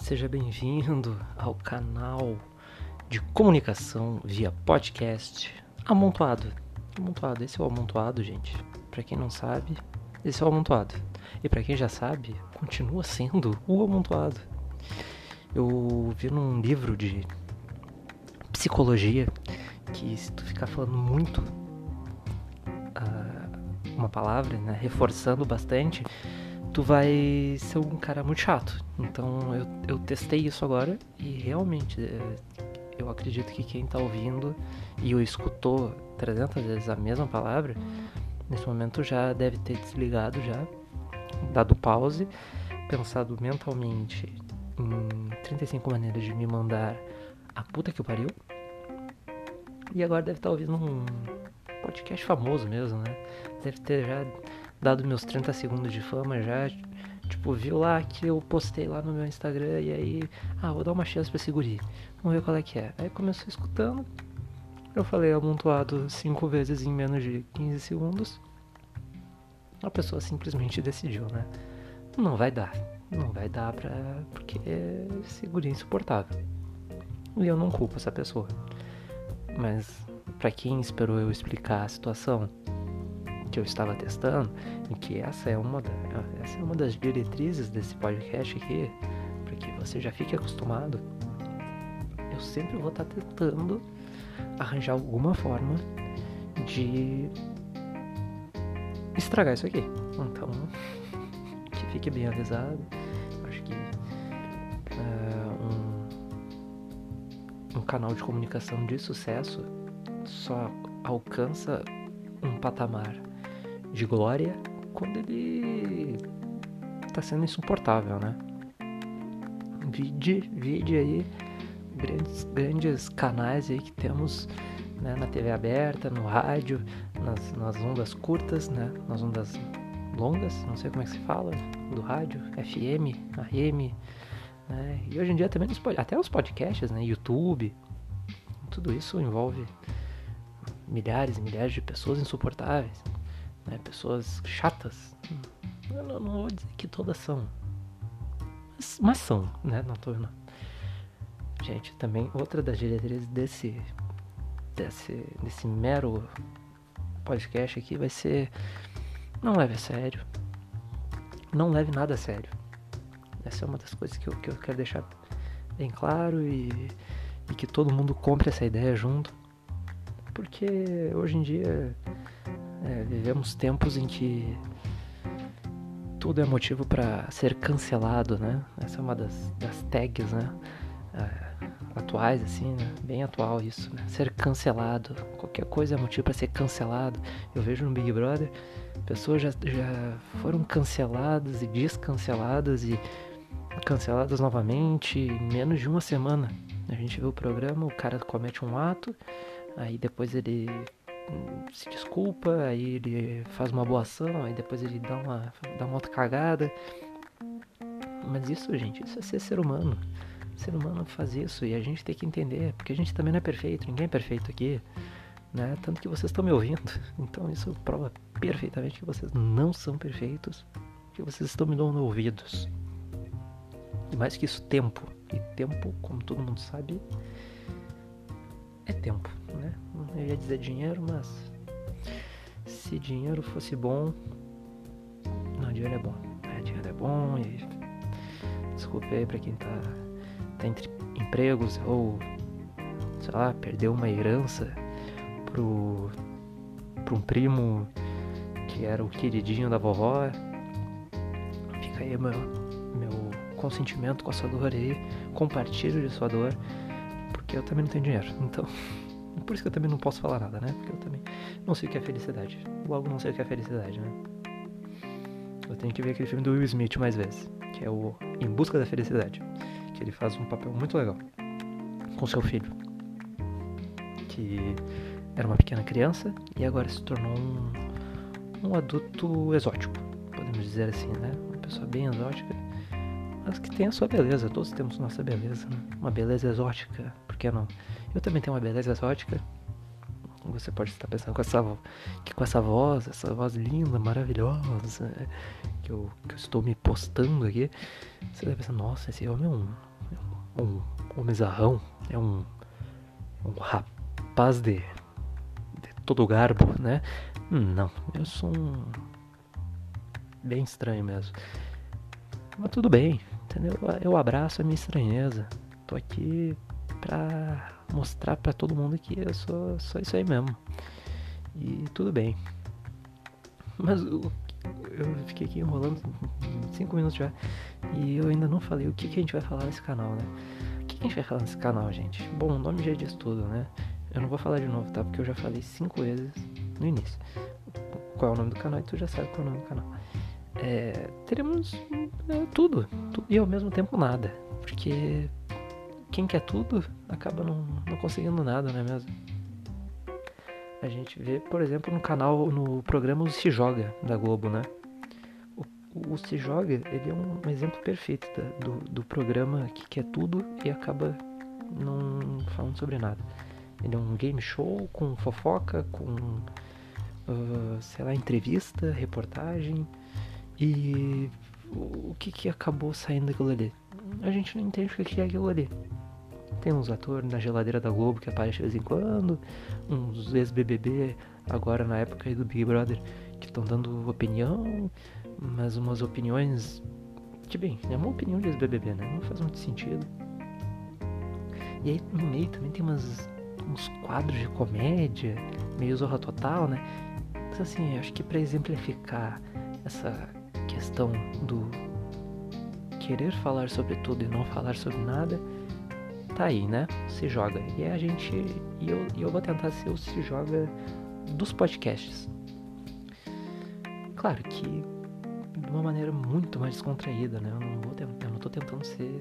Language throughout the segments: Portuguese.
Seja bem-vindo ao canal de comunicação via podcast Amontoado. Esse é o Amontoado, gente. Pra quem não sabe, esse é o Amontoado. E pra quem já sabe, continua sendo o Amontoado. Eu vi num livro de psicologia que se tu ficar falando muito uma palavra, né, reforçando bastante, tu vai ser um cara muito chato. Então eu testei isso agora e realmente eu acredito que quem tá ouvindo e eu escutou 300 vezes a mesma palavra, nesse momento já deve ter desligado já, dado pause, pensado mentalmente em 35 maneiras de me mandar a puta que o pariu. E agora deve estar ouvindo um podcast famoso mesmo, né? Deve ter já dado meus 30 segundos de fama já. Tipo, viu lá que eu postei lá no meu Instagram e aí, vou dar uma chance pra esse guri. Vamos ver qual é que é. Aí começou escutando. Eu falei Amontoado 5 vezes em menos de 15 segundos. A pessoa simplesmente decidiu, né? Não vai dar porque esse guri é insuportável. E eu não culpo essa pessoa. Mas pra quem esperou eu explicar a situação que eu estava testando, e que essa é uma das diretrizes desse podcast aqui, para que você já fique acostumado, eu sempre vou estar tentando arranjar alguma forma de estragar isso aqui. Então, que fique bem avisado. Acho que um canal de comunicação de sucesso só alcança um patamar de glória quando ele tá sendo insuportável, né? Vide aí grandes canais aí que temos, né, na TV aberta, no rádio, nas ondas curtas, né, nas ondas longas, não sei como é que se fala, do rádio, FM, AM, né, e hoje em dia também até os podcasts, né, YouTube, tudo isso envolve milhares e milhares de pessoas insuportáveis, né, pessoas chatas. Eu não vou dizer que todas são, mas são, né, não. Gente, também outra das diretrizes desse mero podcast aqui vai ser: não leve a sério, não leve nada a sério. Essa é uma das coisas que eu quero deixar bem claro e que todo mundo compre essa ideia junto, porque hoje em dia vivemos tempos em que tudo é motivo para ser cancelado, né? Essa é uma das tags, né? Atuais, assim, né? Bem atual isso, né? Ser cancelado. Qualquer coisa é motivo para ser cancelado. Eu vejo no Big Brother, pessoas já foram canceladas e descanceladas e canceladas novamente em menos de uma semana. A gente vê o programa, o cara comete um ato, aí depois ele se desculpa, aí ele faz uma boa ação, aí depois ele dá uma outra cagada. Mas isso, gente, isso é ser ser humano. O ser humano faz isso e a gente tem que entender, porque a gente também não é perfeito, ninguém é perfeito aqui, né? Tanto que vocês estão me ouvindo, então isso prova perfeitamente que vocês não são perfeitos, que vocês estão me dando ouvidos. E mais que isso, tempo. E tempo, como todo mundo sabe, é tempo, né? Eu ia dizer dinheiro, mas se dinheiro fosse bom, não, dinheiro é bom. Dinheiro é bom e desculpe aí pra quem tá entre empregos ou, sei lá, perdeu uma herança pro um primo que era o queridinho da vovó. Fica aí meu consentimento com a sua dor aí, compartilho de sua dor, porque eu também não tenho dinheiro, então por isso que eu também não posso falar nada, né? Porque eu também não sei o que é felicidade, logo não sei o que é felicidade, né? Eu tenho que ver aquele filme do Will Smith mais vezes, que é o Em Busca da Felicidade, que ele faz um papel muito legal com seu filho, que era uma pequena criança e agora se tornou um adulto exótico, podemos dizer assim, né? Uma pessoa bem exótica, mas que tem a sua beleza. Todos temos nossa beleza, né? Uma beleza exótica, por que não? Eu também tenho uma beleza exótica. Você pode estar pensando com essa voz linda, maravilhosa, que eu estou me postando aqui, você deve pensar: nossa, esse homem um mizarrão, é um rapaz de todo garbo, né? Não, eu sou bem estranho mesmo. Mas tudo bem, entendeu? Eu abraço a minha estranheza. Tô aqui pra mostrar pra todo mundo que eu sou isso aí mesmo. E tudo bem. Mas eu fiquei aqui enrolando 5 minutos já. E eu ainda não falei o que a gente vai falar nesse canal, né? O que a gente vai falar nesse canal, gente? Bom, o nome já diz tudo, né? Eu não vou falar de novo, tá? Porque eu já falei 5 vezes no início. Qual é o nome do canal e tu já sabe qual é o nome do canal. Teremos tudo e ao mesmo tempo nada. Porque quem quer tudo acaba não conseguindo nada, não é mesmo? A gente vê, por exemplo, no programa O Se Joga, da Globo, né? O Se Joga, ele é um exemplo perfeito do programa que quer tudo e acaba não falando sobre nada. Ele é um game show com fofoca, com, entrevista, reportagem. E o que acabou saindo daquilo ali? A gente não entende o que é aquilo ali. Tem uns atores na geladeira da Globo que aparecem de vez em quando, uns ex-BBB, agora na época aí do Big Brother, que estão dando opinião, mas umas opiniões que, bem, é uma opinião de ex-BBB, né? Não faz muito sentido. E aí no meio também tem uns quadros de comédia, meio Zorra Total, né? Então assim, acho que pra exemplificar essa questão do querer falar sobre tudo e não falar sobre nada, tá aí, né? Se Joga. E a gente. E eu vou tentar ser o Se Joga dos podcasts. Claro que de uma maneira muito mais descontraída, né? Eu não tô tentando ser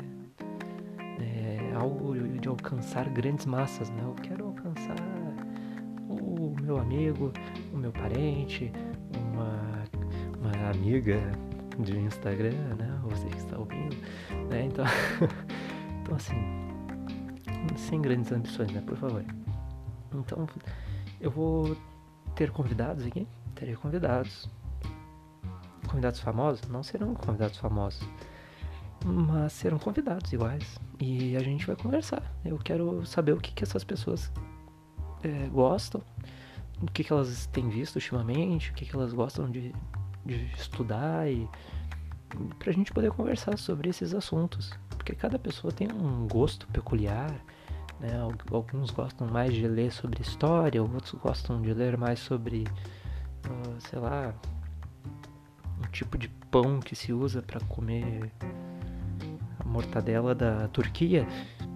algo de alcançar grandes massas, né? Eu quero alcançar o meu amigo, o meu parente, uma amiga de Instagram, né? Você que está ouvindo, né? Então, então assim, sem grandes ambições, né? Por favor. Então, eu vou ter convidados aqui. Terei convidados. Convidados famosos? Não serão convidados famosos, mas serão convidados iguais. E a gente vai conversar. Eu quero saber o que essas pessoas gostam, o que elas têm visto ultimamente, o que elas gostam de estudar, e pra gente poder conversar sobre esses assuntos, porque cada pessoa tem um gosto peculiar, né? Alguns gostam mais de ler sobre história, outros gostam de ler mais sobre, sei lá, um tipo de pão que se usa para comer a mortadela da Turquia.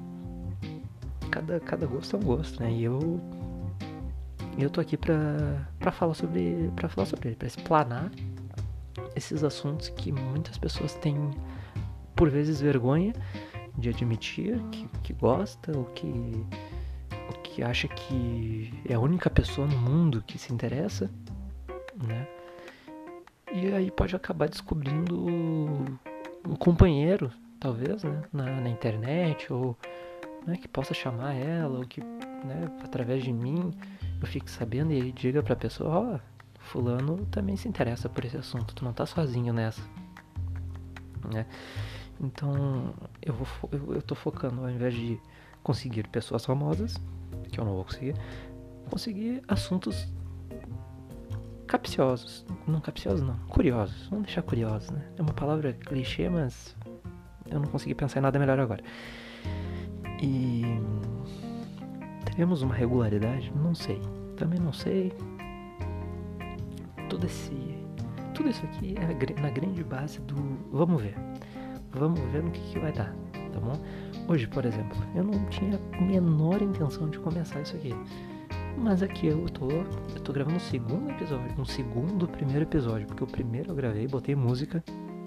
Cada gosto é um gosto, né? E eu tô aqui pra falar sobre ele, pra explanar esses assuntos que muitas pessoas têm, por vezes, vergonha de admitir que gosta, ou que acha que é a única pessoa no mundo que se interessa, né? E aí pode acabar descobrindo um companheiro, talvez, né? Na internet, ou, né, que possa chamar ela, ou que, né, através de mim eu fique sabendo e aí diga pra pessoa, fulano também se interessa por esse assunto, tu não tá sozinho nessa, né? Então eu tô focando, ao invés de conseguir pessoas famosas, que eu não vou conseguir assuntos capciosos. Não capciosos não, curiosos. Vamos deixar curiosos, né? É uma palavra clichê, mas eu não consegui pensar em nada melhor agora. E teremos uma regularidade? Não sei. Também não sei. Tudo isso aqui é na grande base do vamos ver. Vamos ver no que vai dar, tá bom? Hoje, por exemplo, eu não tinha a menor intenção de começar isso aqui. Mas aqui eu tô gravando um segundo episódio, primeiro episódio, porque o primeiro eu gravei, botei música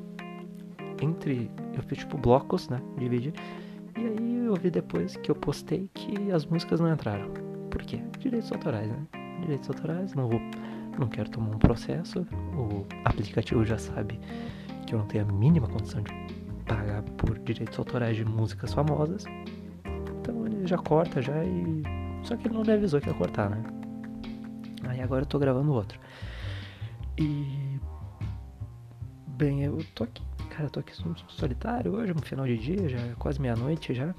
eu fiz tipo blocos, né, de vídeo, e aí eu vi depois que eu postei que as músicas não entraram. Por quê? Direitos autorais, né? Direitos autorais, não quero tomar um processo, o aplicativo já sabe que eu não tenho a mínima condição de pagar por direitos autorais de músicas famosas, então ele já corta e... Só que ele não me avisou que ia cortar, né? Aí agora eu tô gravando outro. E... Bem, eu tô aqui Cara, eu tô aqui solitário hoje, no final de dia, já é quase meia-noite já.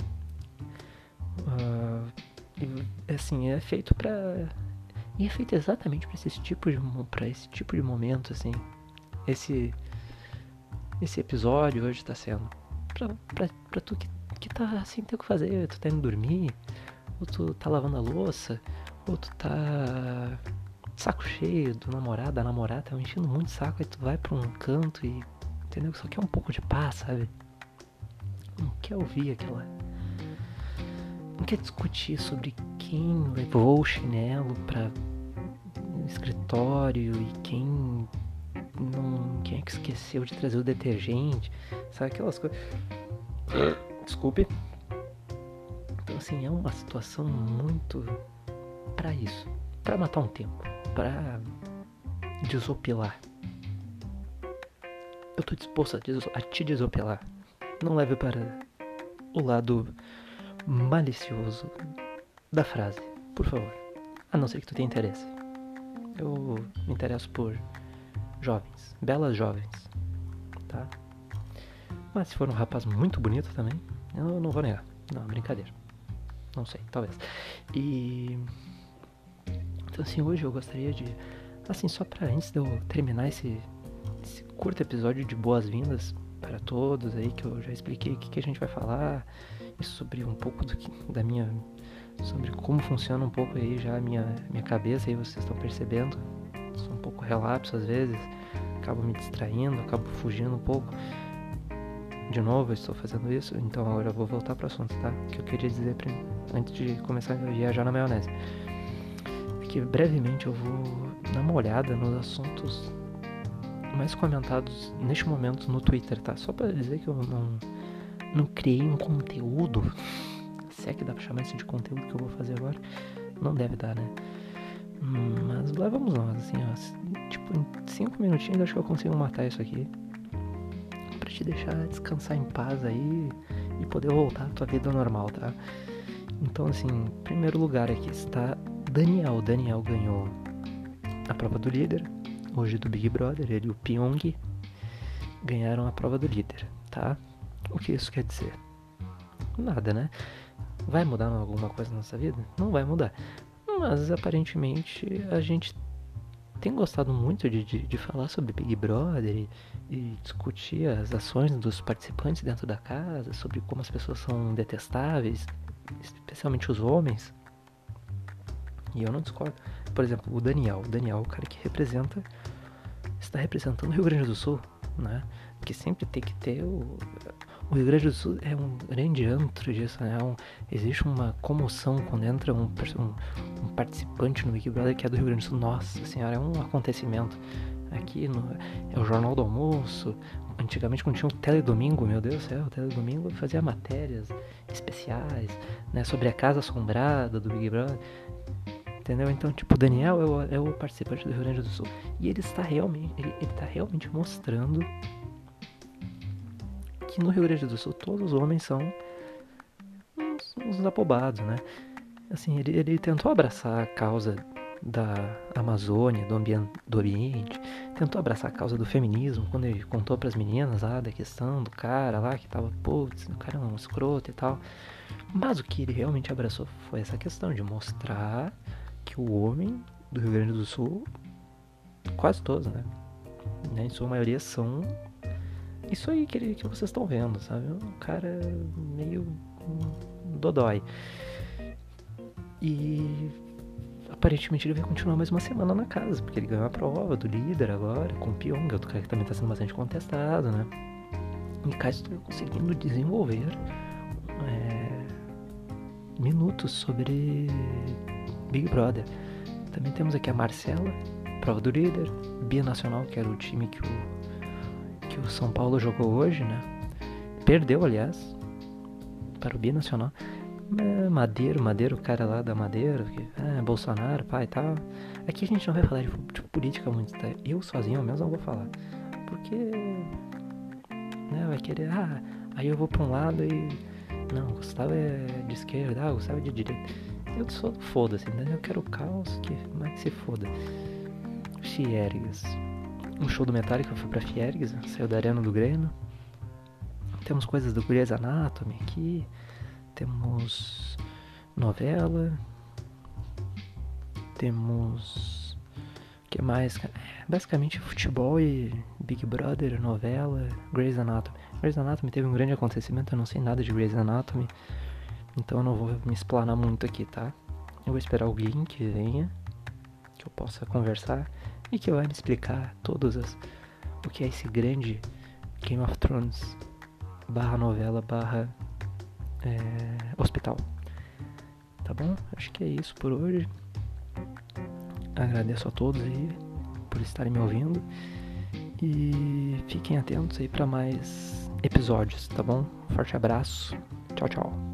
E assim, é feito pra... E é feito exatamente pra esse tipo de momento, assim. Esse episódio hoje tá sendo pra tu que tá sem ter o que fazer, tu tá indo dormir, ou tu tá lavando a louça, ou tu tá de saco cheio do namorado, da namorada, tá enchendo muito saco, aí tu vai pra um canto e, entendeu? Só quer um pouco de paz, sabe? Não quer ouvir aquela... Não quer discutir sobre quem levou o chinelo pra escritório e quem é que esqueceu de trazer o detergente, sabe, aquelas coisas. Desculpe. Então assim, é uma situação muito pra isso, pra matar um tempo, pra desopilar. Eu tô disposto a te desopilar. Não leve para o lado malicioso da frase, por favor. A não ser que tu tenha interesse. Eu me interesso por jovens, belas jovens, tá? Mas se for um rapaz muito bonito também, eu não vou negar. Não, brincadeira. Não sei, talvez. E... Então assim, hoje eu gostaria de... Assim, só pra antes de eu terminar esse curto episódio de boas-vindas para todos aí, que eu já expliquei o que a gente vai falar, e sobre um pouco da minha... Sobre como funciona um pouco aí já a minha cabeça, aí vocês estão percebendo. Sou um pouco relapso às vezes, acabo me distraindo, acabo fugindo um pouco. De novo, eu estou fazendo isso, então agora eu vou voltar pro assunto, tá? O que eu queria dizer antes de começar a viajar na maionese é que brevemente eu vou dar uma olhada nos assuntos mais comentados neste momento no Twitter, tá? Só pra dizer que eu não criei um conteúdo, se é que dá pra chamar isso de conteúdo que eu vou fazer agora. Não deve dar, né? Mas lá vamos nós, assim, ó. Tipo, em 5 minutinhos eu acho que eu consigo matar isso aqui. Pra te deixar descansar em paz aí e poder voltar à tua vida normal, tá? Então, assim, em primeiro lugar aqui está Daniel. Daniel ganhou a prova do líder, hoje do Big Brother. Ele e o Pyong ganharam a prova do líder, tá? O que isso quer dizer? Nada, né? Vai mudar alguma coisa na nossa vida? Não vai mudar. Mas, aparentemente, a gente tem gostado muito de falar sobre Big Brother e discutir as ações dos participantes dentro da casa, sobre como as pessoas são detestáveis, especialmente os homens. E eu não discordo. Por exemplo, o Daniel, o cara que está representando o Rio Grande do Sul, né? Que sempre tem que ter o Rio Grande do Sul é um grande antro disso, né? Existe uma comoção quando entra um participante no Big Brother que é do Rio Grande do Sul. Nossa senhora, é um acontecimento. Aqui é o Jornal do Almoço. Antigamente, quando tinha o Teledomingo, meu Deus do céu, o Teledomingo fazia matérias especiais, né, sobre a casa assombrada do Big Brother. Entendeu? Então, tipo, o Daniel é o participante do Rio Grande do Sul. E ele está realmente mostrando que no Rio Grande do Sul todos os homens são uns apobados, né? Assim, ele tentou abraçar a causa da Amazônia, do Oriente, tentou abraçar a causa do feminismo, quando ele contou pras meninas lá da questão do cara lá que tava, putz, o cara é um escroto e tal. Mas o que ele realmente abraçou foi essa questão de mostrar que o homem do Rio Grande do Sul, quase todos, né? Em sua maioria são isso aí que vocês estão vendo, sabe? Um cara meio dodói. E aparentemente ele vai continuar mais uma semana na casa, porque ele ganhou a prova do líder agora, com o Pyong, outro cara que também está sendo bastante contestado, né? E cá estou conseguindo desenvolver minutos sobre Big Brother. Também temos aqui a Marcela, prova do líder, Binacional, que era o time que o São Paulo jogou hoje, né? Perdeu, aliás, para o Binacional. Madeiro, o cara lá da Madeira, que, Bolsonaro, pai e tal. Aqui a gente não vai falar de política muito, tá? Eu sozinho mesmo não vou falar. Porque, né, vai querer, aí eu vou pra um lado e... Não, Gustavo é de esquerda, Gustavo é de direita. Eu sou foda-se, né? Eu quero o caos, mas se foda. Xiergas. um show do Metallica, eu fui pra Fiergs, saiu da Arena do Grêmio. Temos coisas do Grey's Anatomy aqui. Temos novela. Temos... o que mais? Basicamente futebol e Big Brother, novela, Grey's Anatomy. Grey's Anatomy teve um grande acontecimento, eu não sei nada de Grey's Anatomy. Então eu não vou me explanar muito aqui, tá? Eu vou esperar alguém que venha, que eu possa conversar e que vai me explicar o que é esse grande Game of Thrones barra novela barra hospital. Tá bom? Acho que é isso por hoje. Agradeço a todos aí por estarem me ouvindo e fiquem atentos aí para mais episódios, tá bom? Forte abraço. Tchau, tchau.